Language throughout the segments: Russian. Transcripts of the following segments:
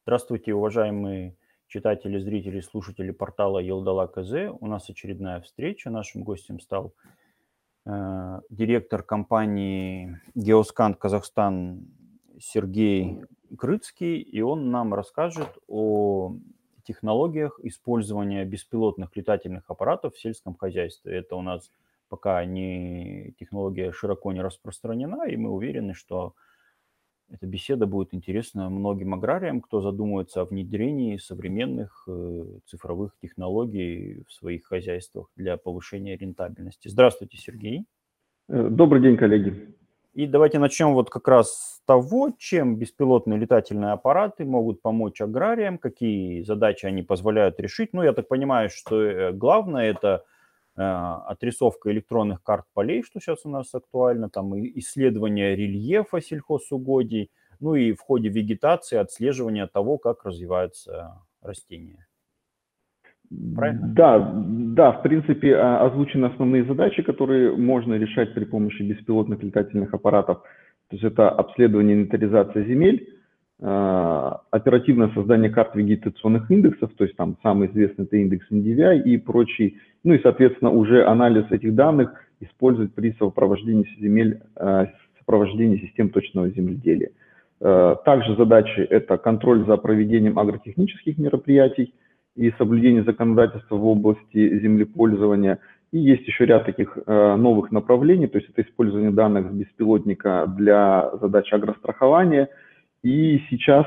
Здравствуйте, уважаемые читатели, зрители, слушатели портала Елдала.кз. У нас очередная встреча. Нашим гостем стал директор компании Geoscan Казахстан Сергей Крыцкий, и он нам расскажет о технологиях использования беспилотных летательных аппаратов в сельском хозяйстве. Это у нас пока не технология широко не распространена, и мы уверены, что эта беседа будет интересна многим аграриям, кто задумывается о внедрении современных цифровых технологий в своих хозяйствах для повышения рентабельности. Здравствуйте, Сергей. Добрый день, коллеги. И давайте начнем вот как раз с того, чем беспилотные летательные аппараты могут помочь аграриям, какие задачи они позволяют решить. Ну, я так понимаю, что главное это отрисовка электронных карт полей, что сейчас у нас актуально, там исследование рельефа сельхозугодий, ну и в ходе вегетации отслеживание того, как развиваются растения. Правильно? Да, в принципе, озвучены основные задачи, которые можно решать при помощи беспилотных летательных аппаратов. То есть это обследование и инвентаризация земель, оперативное создание карт вегетационных индексов, то есть там самый известный это индекс NDVI и прочий, ну и, соответственно, уже анализ этих данных использовать при сопровождении земель, сопровождении систем точного земледелия. Также задачи – это контроль за проведением агротехнических мероприятий и соблюдение законодательства в области землепользования. И есть еще ряд таких новых направлений, то есть это использование данных с беспилотника для задач агрострахования. И сейчас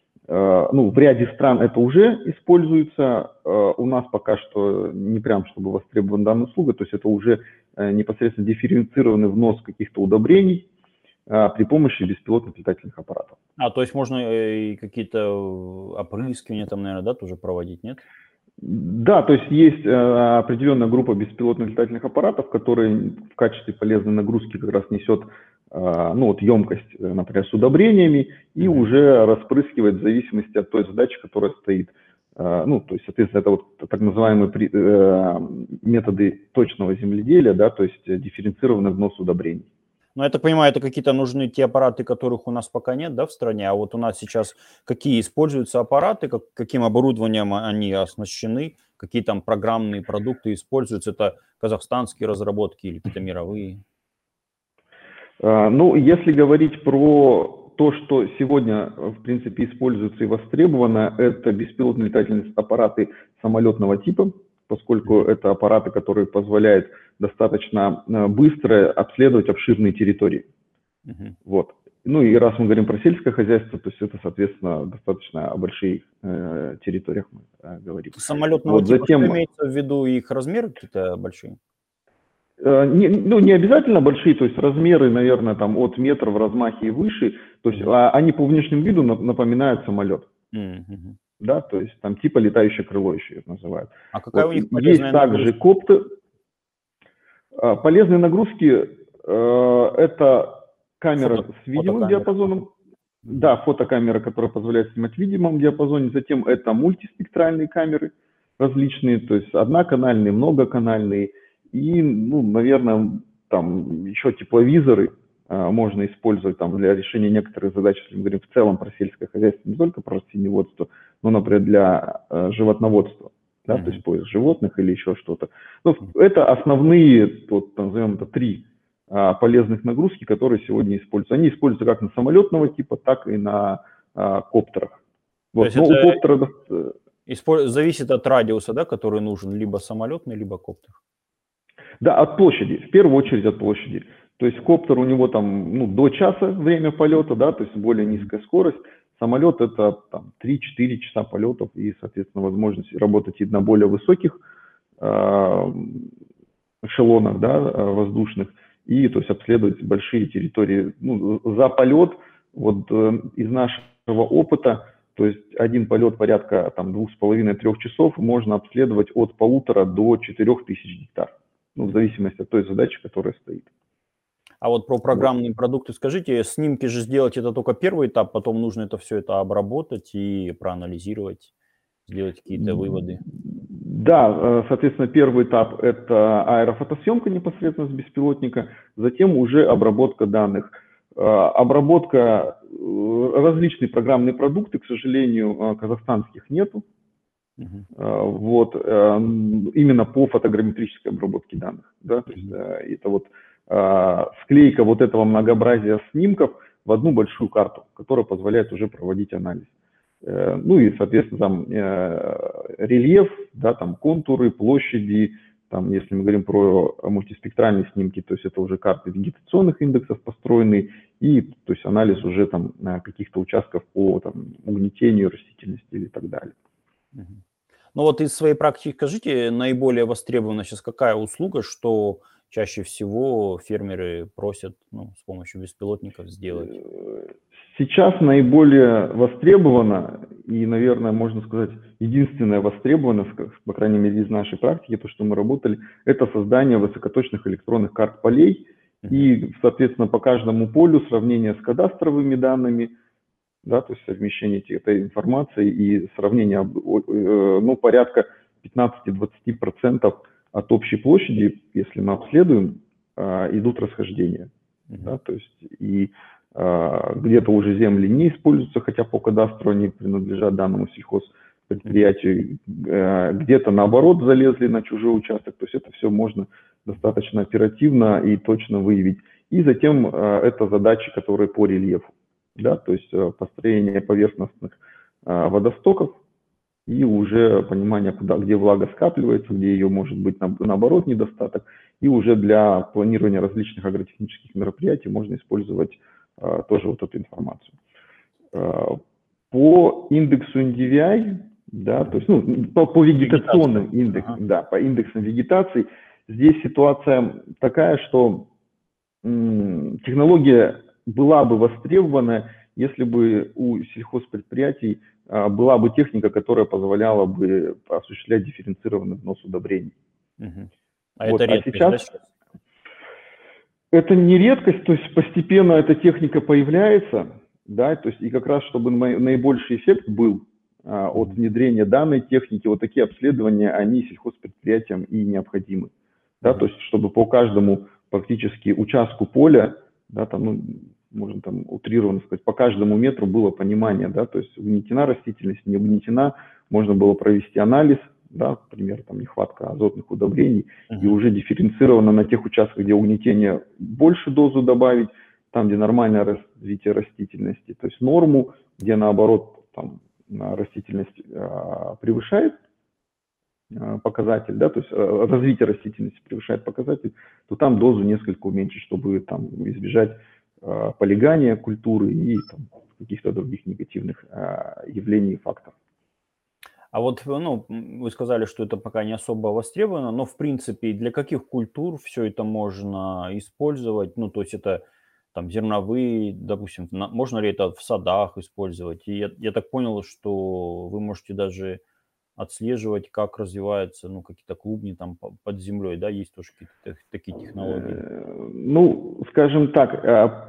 в ряде стран это уже используется, у нас пока что не прям чтобы востребована данная услуга, то есть это уже непосредственно дифференцированный внос каких-то удобрений при помощи беспилотных летательных аппаратов. То есть можно и какие-то опрыскивания там, наверное, да, тоже проводить, нет? Да, то есть определенная группа беспилотных летательных аппаратов, которые в качестве полезной нагрузки как раз несет емкость, например, с удобрениями и уже распрыскивает в зависимости от той задачи, которая стоит. То есть, соответственно, это вот так называемые методы точного земледелия, да, то есть дифференцированный внос удобрений. Ну, я так понимаю, это какие-то нужны те аппараты, которых у нас пока нет, да, в стране, а вот у нас сейчас какие используются аппараты, каким оборудованием они оснащены, какие там программные продукты используются, это казахстанские разработки или какие-то мировые? Если говорить про то, что сегодня, в принципе, используется и востребовано, это беспилотные летательные аппараты самолетного типа, поскольку это аппараты, которые позволяют достаточно быстро обследовать обширные территории. Вот. Ну и раз мы говорим про сельское хозяйство, то есть это, соответственно, достаточно о больших территориях мы говорим. Самолетного типа, что имеется в виду, их размеры какие-то большие? Не обязательно большие, то есть размеры, наверное, там от метра в размахе и выше, то есть они по внешнему виду напоминают самолет. Да, то есть там типа летающее крыло еще это называют. А какая у них полезная есть также коптер. Полезные нагрузки это камера с видимым диапазоном. Да, фотокамера, которая позволяет снимать в видимом диапазоне. Затем это мультиспектральные камеры различные, то есть одноканальные, многоканальные. И, наверное, там еще тепловизоры можно использовать там для решения некоторых задач, если мы говорим в целом про сельское хозяйство, не только про растениеводство, но, например, для животноводства, да, то есть поиск животных или еще что-то. Это основные, назовем это, 3 полезных нагрузки, которые сегодня используются. Они используются как на самолетного типа, так и на коптерах. Вот. Но у коптера зависит от радиуса, да, который нужен, либо самолетный, либо коптер. Да, от площади, в первую очередь от площади. То есть коптер у него там до часа время полета, да, то есть более низкая скорость. Самолет это там 3-4 часа полетов и, соответственно, возможность работать и на более высоких эшелонах, да, воздушных, и то есть обследовать большие территории. За полет, вот из нашего опыта, то есть один полет порядка там 2,5-3 часов можно обследовать от 1,5 до 4000 гектар. В зависимости от той задачи, которая стоит. А вот про программные продукты скажите, снимки же сделать это только первый этап, потом нужно это все это обработать и проанализировать, сделать какие-то выводы. Да, соответственно, первый этап это аэрофотосъемка непосредственно с беспилотника, затем уже обработка данных. Обработка различные программные продукты, к сожалению, казахстанских нету. Вот, именно по фотограмметрической обработке данных. Да? То есть, это вот склейка вот этого многообразия снимков в одну большую карту, которая позволяет уже проводить анализ. Ну и, соответственно, там рельеф, да, там контуры, площади, там, если мы говорим про мультиспектральные снимки, то есть это уже карты вегетационных индексов построенные, и то есть анализ уже там каких-то участков по там, угнетению растительности и так далее. Ну вот из своей практики скажите, наиболее востребована сейчас какая услуга, что чаще всего фермеры просят, ну, с помощью беспилотников сделать? Сейчас наиболее востребовано и, наверное, можно сказать, единственное востребовано, по крайней мере, из нашей практики, то, что мы работали, это создание высокоточных электронных карт полей и, соответственно, по каждому полю сравнение с кадастровыми данными, да, то есть совмещение этой информации и сравнение, ну, порядка 15-20% от общей площади, если мы обследуем, идут расхождения. Да, то есть и где-то уже земли не используются, хотя по кадастру они принадлежат данному сельхозпредприятию, где-то наоборот залезли на чужой участок, то есть это все можно достаточно оперативно и точно выявить. И затем это задачи, которые по рельефу, да, то есть построение поверхностных водостоков и уже понимание, куда, где влага скапливается, где ее может быть наоборот недостаток, и уже для планирования различных агротехнических мероприятий можно использовать тоже вот эту информацию. По индексу NDVI, да, то есть ну, по вегетационным индексам, да, по индексам вегетации, здесь ситуация такая, что технология была бы востребована, если бы у сельхозпредприятий была бы техника, которая позволяла бы осуществлять дифференцированный внос удобрений. А вот, это редкость, сейчас да? Это не редкость, то есть постепенно эта техника появляется, да, то есть и как раз, чтобы наибольший эффект был от внедрения данной техники, вот такие обследования, они сельхозпредприятиям и необходимы, да, то есть чтобы по каждому практически участку поля, да, там, ну, можно там утрированно сказать, по каждому метру было понимание, да, то есть угнетена растительность, не угнетена, можно было провести анализ, да, например, там нехватка азотных удобрений, и уже дифференцированно на тех участках, где угнетение, больше дозу добавить, там, где нормальное развитие растительности, то есть норму, где наоборот там растительность превышает показатель, да, то есть развитие растительности превышает показатель, то там дозу несколько уменьшить, чтобы там избежать полигания культуры и каких-то других негативных явлений и факторов. А вот, ну, вы сказали, что это пока не особо востребовано, но в принципе для каких культур все это можно использовать? Ну, то есть это там зерновые, допустим, можно ли это в садах использовать? И я так понял, что вы можете даже отслеживать, как развиваются, ну, какие-то клубни там под землей, да, есть тоже какие-то такие технологии? Ну, скажем так,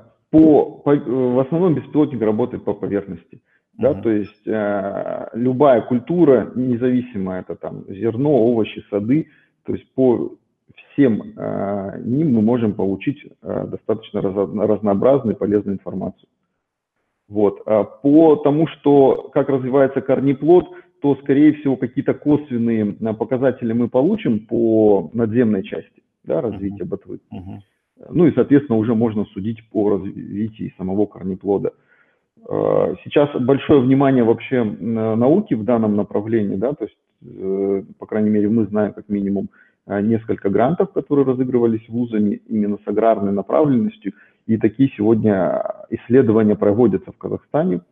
в основном беспилотник работает по поверхности. Да, то есть любая культура, независимо это там зерно, овощи, сады, то есть по всем ним мы можем получить достаточно разнообразную и полезную информацию. Вот. По тому, что как развивается корнеплод, то, скорее всего, какие-то косвенные показатели мы получим по надземной части, да, развития ботвы. Ну и, соответственно, уже можно судить по развитию самого корнеплода. Сейчас большое внимание вообще науки в данном направлении, да, то есть, по крайней мере, мы знаем как минимум несколько грантов, которые разыгрывались вузами именно с аграрной направленностью, и такие сегодня исследования проводятся в Казахстане.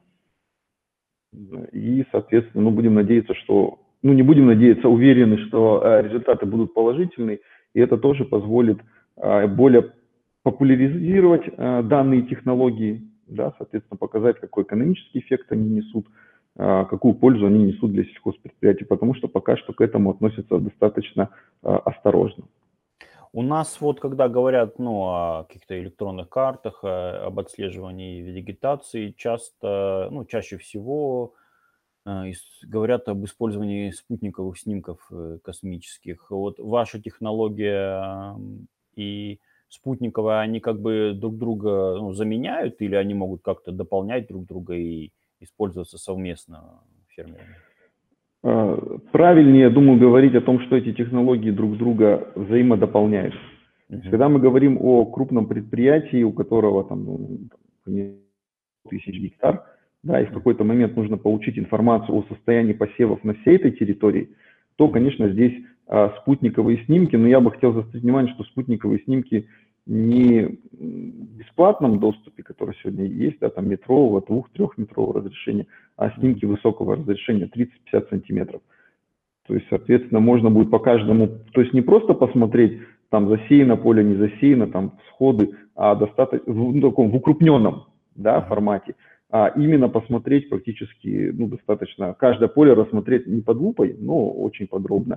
И, соответственно, ну, будем надеяться, что, ну, не будем надеяться, уверены, что результаты будут положительные, и это тоже позволит более популяризировать данные технологии, да, соответственно, показать, какой экономический эффект они несут, какую пользу они несут для сельхозпредприятий, потому что пока что к этому относятся достаточно осторожно. У нас вот, когда говорят, ну, о каких-то электронных картах, об отслеживании вегетации, часто, ну, чаще всего говорят об использовании спутниковых снимков космических. Вот ваша технология и спутниковые, они как бы друг друга, ну, заменяют или они могут как-то дополнять друг друга и использоваться совместно в фермировании? Правильнее, я думаю, говорить о том, что эти технологии друг друга взаимодополняют. То есть, когда мы говорим о крупном предприятии, у которого там, тысяч гектар, да, и в какой-то момент нужно получить информацию о состоянии посевов на всей этой территории, то, конечно, здесь спутниковые снимки, но я бы хотел заострить внимание, что спутниковые снимки не в бесплатном доступе, который сегодня есть, да, там метрового, 2-3-метрового разрешения, а снимки высокого разрешения 30-50 сантиметров. То есть, соответственно, можно будет по каждому, то есть не просто посмотреть, там засеяно поле, не засеяно, там всходы, а достаточно в таком в укрупненном, да, формате, а именно посмотреть практически, ну, достаточно, каждое поле рассмотреть не под лупой, но очень подробно.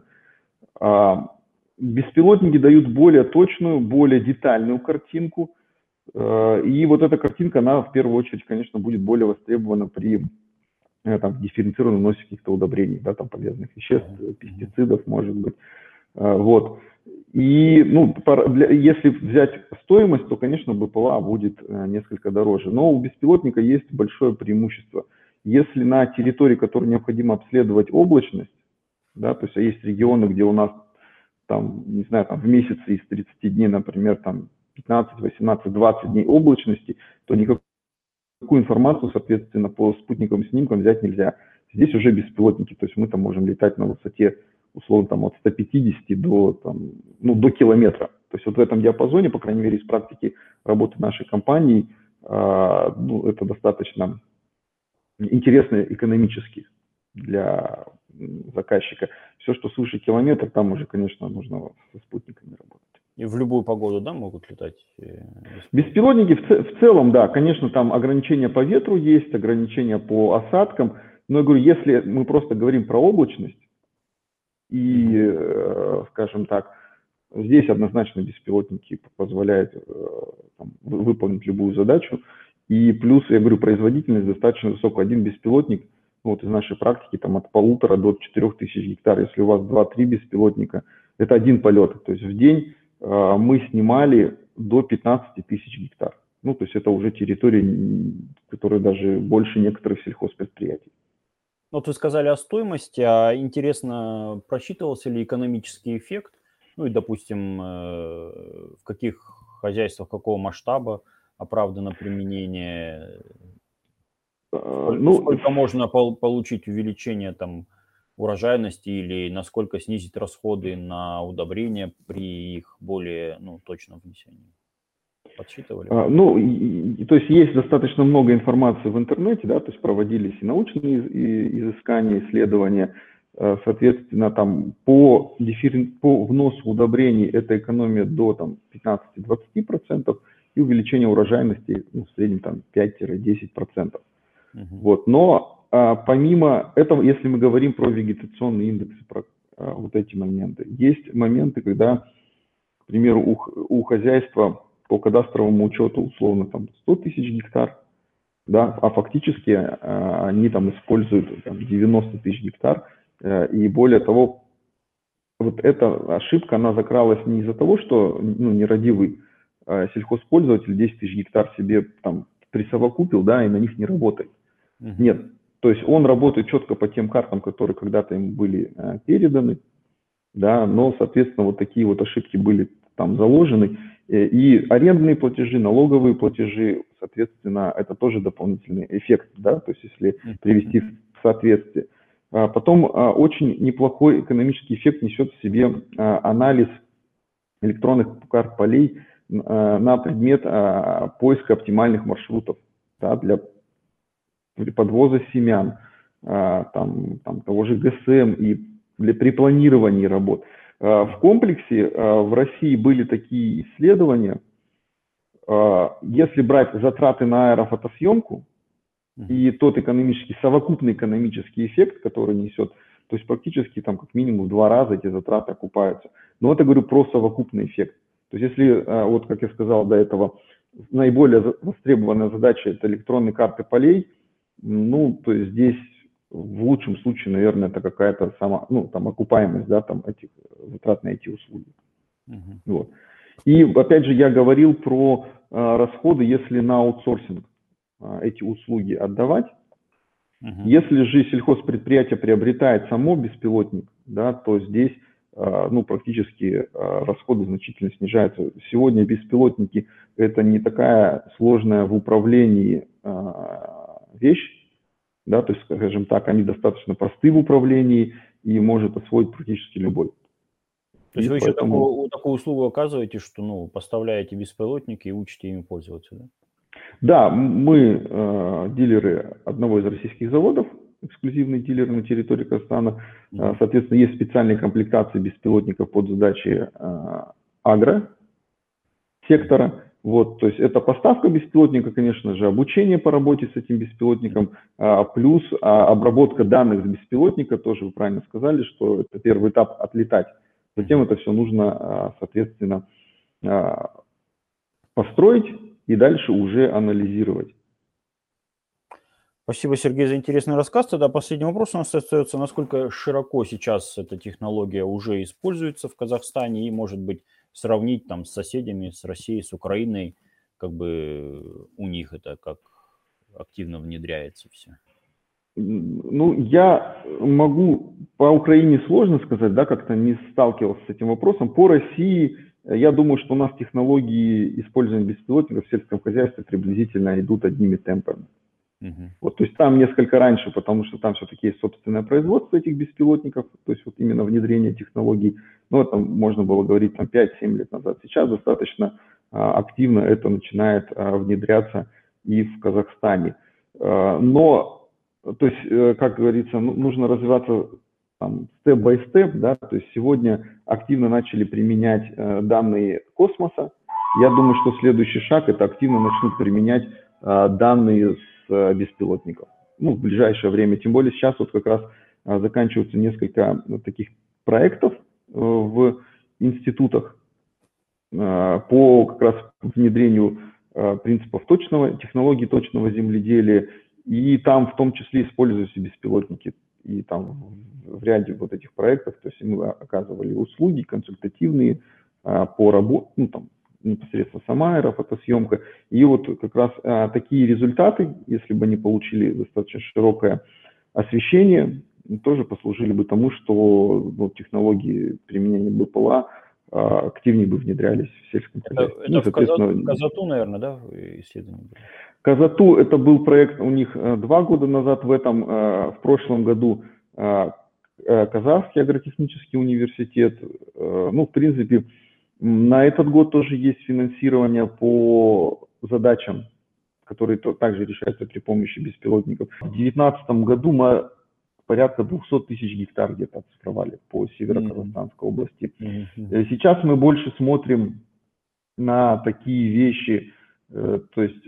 Беспилотники дают более точную, более детальную картинку, и вот эта картинка, она в первую очередь, конечно, будет более востребована при там, дифференцированном вносе каких-то удобрений, да, там полезных веществ, пестицидов, может быть. Вот. И, ну, если взять стоимость, то, конечно, БПЛА будет несколько дороже. Но у беспилотника есть большое преимущество. Если на территории, которую необходимо обследовать облачность, да, то есть есть регионы, где у нас там, не знаю, там в месяц из 30 дней, например, там 15, 18, 20 дней облачности, то никакую информацию, соответственно, по спутниковым снимкам взять нельзя. Здесь уже беспилотники, то есть мы там можем летать на высоте, условно, там от 150 до, там, ну, до километра. То есть вот в этом диапазоне, по крайней мере, из практики работы нашей компании, ну, это достаточно интересно экономически для заказчика. Все, что свыше километра, там уже, конечно, нужно со спутниками работать. И в любую погоду, да, могут летать? Беспилотники в целом, да, конечно, там ограничения по ветру есть, ограничения по осадкам, но я говорю, если мы просто говорим про облачность, и, скажем так, здесь однозначно беспилотники позволяют там, выполнить любую задачу, и плюс, я говорю, производительность достаточно высокая. Один беспилотник, ну, вот из нашей практики, там от 1,5 до 4000 гектар, если у вас 2-3 беспилотника, это один полет, то есть в день мы снимали до 15 тысяч гектар. Ну, то есть это уже территория, которая даже больше некоторых сельхозпредприятий. Вот вы сказали о стоимости, а интересно, просчитывался ли экономический эффект? Ну и, допустим, в каких хозяйствах какого масштаба оправдано применение? Ну, Сколько можно получить увеличение там урожайности или насколько снизить расходы на удобрения при их более, ну, точном внесении? Подсчитывали? Ну, то есть есть достаточно много информации в интернете, да, то есть проводились и научные изыскания, исследования, соответственно, там по вносу удобрений это экономия до там 15-20% и увеличение урожайности, ну, в среднем там 5-10%. Вот, но помимо этого, если мы говорим про вегетационные индексы, про вот эти моменты, есть моменты, когда, к примеру, у хозяйства по кадастровому учету условно там 100 тысяч гектар, да, а фактически они там используют там, 90 тысяч гектар, и более того, вот эта ошибка, она закралась не из-за того, что, ну, нерадивый сельхозпользователь 10 тысяч гектар себе там присовокупил, да, и на них не работает. Нет, то есть он работает четко по тем картам, которые когда-то ему были переданы, да, но, соответственно, вот такие вот ошибки были там заложены, и арендные платежи, налоговые платежи, соответственно, это тоже дополнительный эффект, да, то есть если привести в соответствие. Потом очень неплохой экономический эффект несет в себе анализ электронных карт полей на предмет поиска оптимальных маршрутов, да, для подвоза семян, там того же ГСМ и при планировании работ. В комплексе в России были такие исследования. Если брать затраты на аэрофотосъемку и тот совокупный экономический эффект, который несет, то есть практически там как минимум в 2 раза эти затраты окупаются. Но это говорю про совокупный эффект. То есть если, вот как я сказал до этого, наиболее востребованная задача это электронные карты полей, ну, то есть здесь в лучшем случае, наверное, это какая-то сама, ну, там окупаемость, да, там этих затрат на эти услуги. Вот. И опять же я говорил про расходы, если на аутсорсинг эти услуги отдавать. Если же сельхозпредприятие приобретает само беспилотник, да, то здесь ну, практически расходы значительно снижаются. Сегодня беспилотники – это не такая сложная в управлении вещь, да, то есть, скажем так, они достаточно просты в управлении и может освоить практически любой. То есть вы еще такую услугу оказываете, что ну, поставляете беспилотники и учите ими пользоваться, да? Да, мы дилеры одного из российских заводов, эксклюзивный дилер на территории Казахстана. Соответственно, есть специальные комплектации беспилотников под задачи агросектора. Вот, то есть это поставка беспилотника, конечно же, обучение по работе с этим беспилотником, плюс обработка данных с беспилотника, тоже вы правильно сказали, что это первый этап отлетать. Затем это все нужно, соответственно, построить и дальше уже анализировать. Спасибо, Сергей, за интересный рассказ. Тогда последний вопрос у нас остается. Насколько широко сейчас эта технология уже используется в Казахстане и, может быть, сравнить там с соседями, с Россией, с Украиной, как бы у них это как активно внедряется все? Ну, я могу, по Украине сложно сказать, да, как-то не сталкивался с этим вопросом. По России, я думаю, что у нас технологии использования беспилотников в сельском хозяйстве приблизительно идут одними темпами. Вот, то есть там несколько раньше, потому что там все-таки есть собственное производство этих беспилотников, то есть вот именно внедрение технологий. Ну, это можно было говорить там 5-7 лет назад. Сейчас достаточно активно это начинает внедряться и в Казахстане. Но, то есть, как говорится, нужно развиваться степ-бай-степ, да, то есть сегодня активно начали применять данные космоса. Я думаю, что следующий шаг – это активно начнут применять данные с беспилотников. Ну, в ближайшее время. Тем более сейчас вот как раз заканчиваются несколько таких проектов в институтах по как раз внедрению принципов технологий точного земледелия. И там в том числе используются беспилотники. И там в ряде вот этих проектов, то есть мы оказывали услуги консультативные по работе, ну, там, непосредственно сама аэрофотосъемка. И вот как раз такие результаты, если бы они получили достаточно широкое освещение, тоже послужили бы тому, что технологии применения БПЛА активнее бы внедрялись в сельском хозяйстве. Это в Казату, наверное, да, исследование было? Казату это был проект у них 2 года назад, в прошлом году Казахский агротехнический университет. Ну, в принципе, на этот год тоже есть финансирование по задачам, которые также решаются при помощи беспилотников. В 2019 году мы порядка 200 тысяч гектар где-то оцифровали по Северо-Казахстанской области. Сейчас мы больше смотрим на такие вещи, то есть,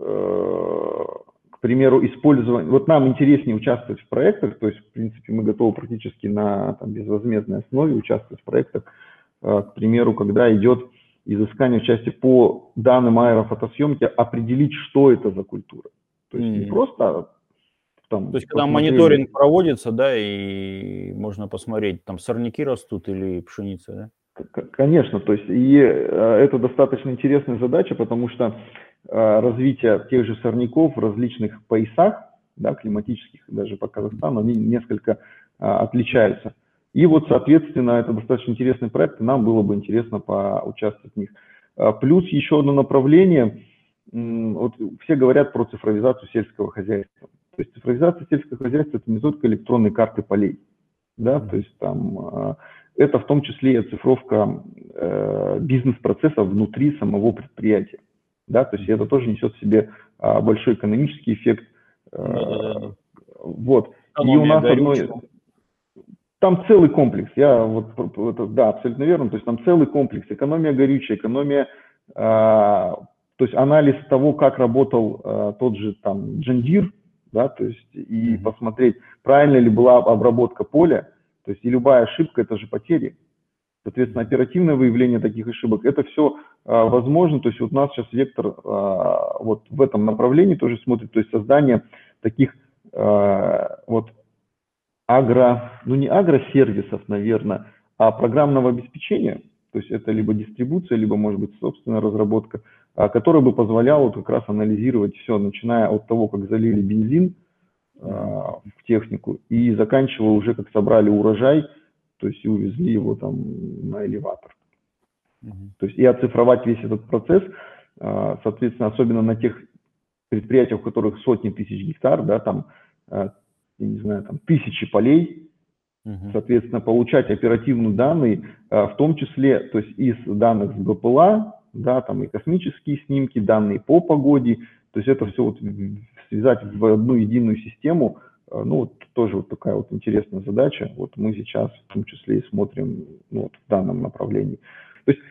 к примеру, использование. Вот нам интереснее участвовать в проектах, то есть, в принципе, мы готовы практически на безвозмездной основе участвовать в проектах. К примеру, когда идет изыскание участия по данным аэрофотосъемки, определить, что это за культура. То есть не просто там... То есть когда мониторинг проводится, да, и можно посмотреть, там сорняки растут или пшеница, да? Конечно, то есть и это достаточно интересная задача, потому что развитие тех же сорняков в различных поясах, да, климатических, даже по Казахстану, они несколько отличаются. И вот, соответственно, это достаточно интересный проект, и нам было бы интересно поучаствовать в них. Плюс еще одно направление, вот все говорят про цифровизацию сельского хозяйства. То есть цифровизация сельского хозяйства – это не только электронные карты полей, да, то есть там это в том числе и оцифровка бизнес-процессов внутри самого предприятия, да, то есть это тоже несет в себе большой экономический эффект. Вот. И у нас там целый комплекс, да, абсолютно верно, то есть там целый комплекс, экономия горючая, экономия, то есть анализ того, как работал тот же там John Deere, да, то есть и посмотреть, правильно ли была обработка поля, то есть и любая ошибка – это же потери. Соответственно, оперативное выявление таких ошибок – это все возможно, то есть вот у нас сейчас вектор вот в этом направлении тоже смотрит, то есть создание таких вот не агросервисов, наверное, а программного обеспечения, То есть это либо дистрибуция, либо, может быть, собственная разработка, которая бы позволяла вот как раз анализировать все, начиная от того, как залили бензин в технику, и заканчивая уже, как собрали урожай, то есть и увезли его там на элеватор. То есть и оцифровать весь этот процесс, соответственно, особенно на тех предприятиях, у которых сотни тысяч гектар, да, там, я не знаю, там тысячи полей, соответственно, получать оперативные данные, в том числе, то есть из данных с БПЛА, да, там и космические снимки, данные по погоде, то есть это все вот связать в одну единую систему, ну, вот тоже вот такая вот интересная задача. Вот мы сейчас в том числе и смотрим, ну, вот в данном направлении. То есть,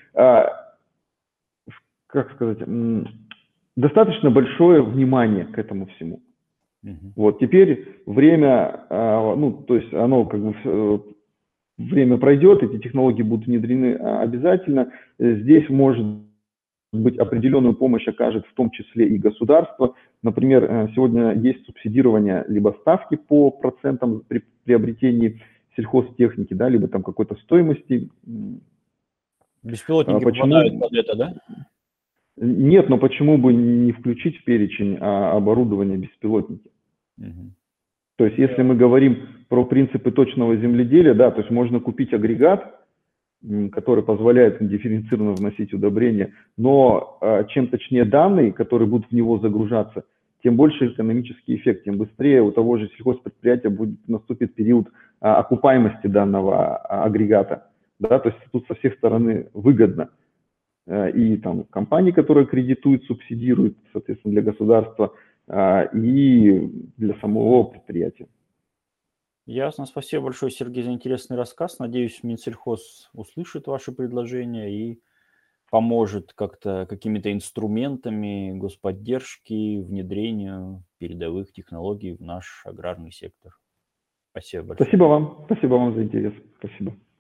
как сказать, достаточно большое внимание к этому всему. Вот теперь время, ну, то есть оно как бы время пройдет, эти технологии будут внедрены обязательно. Здесь может быть определенную помощь окажет в том числе и государство. Например, сегодня есть субсидирование либо ставки по процентам при приобретении сельхозтехники, да, либо там какой-то стоимости. Беспилотники попадают под это, да? Нет, но почему бы не включить в перечень оборудования беспилотники? То есть если мы говорим про принципы точного земледелия, да, то есть можно купить агрегат, который позволяет дифференцированно вносить удобрения, но чем точнее данные, которые будут в него загружаться, тем больше экономический эффект, тем быстрее у того же сельхозпредприятия наступит период окупаемости данного агрегата. Да, то есть тут со всех сторон выгодно. И там компании, которые кредитуют, субсидируют, соответственно, для государства, и для самого предприятия. Ясно. Спасибо большое, Сергей, за интересный рассказ. Надеюсь, Минсельхоз услышит ваши предложения и поможет как-то какими-то инструментами господдержки внедрению передовых технологий в наш аграрный сектор. Спасибо большое. Спасибо вам за интерес. Спасибо.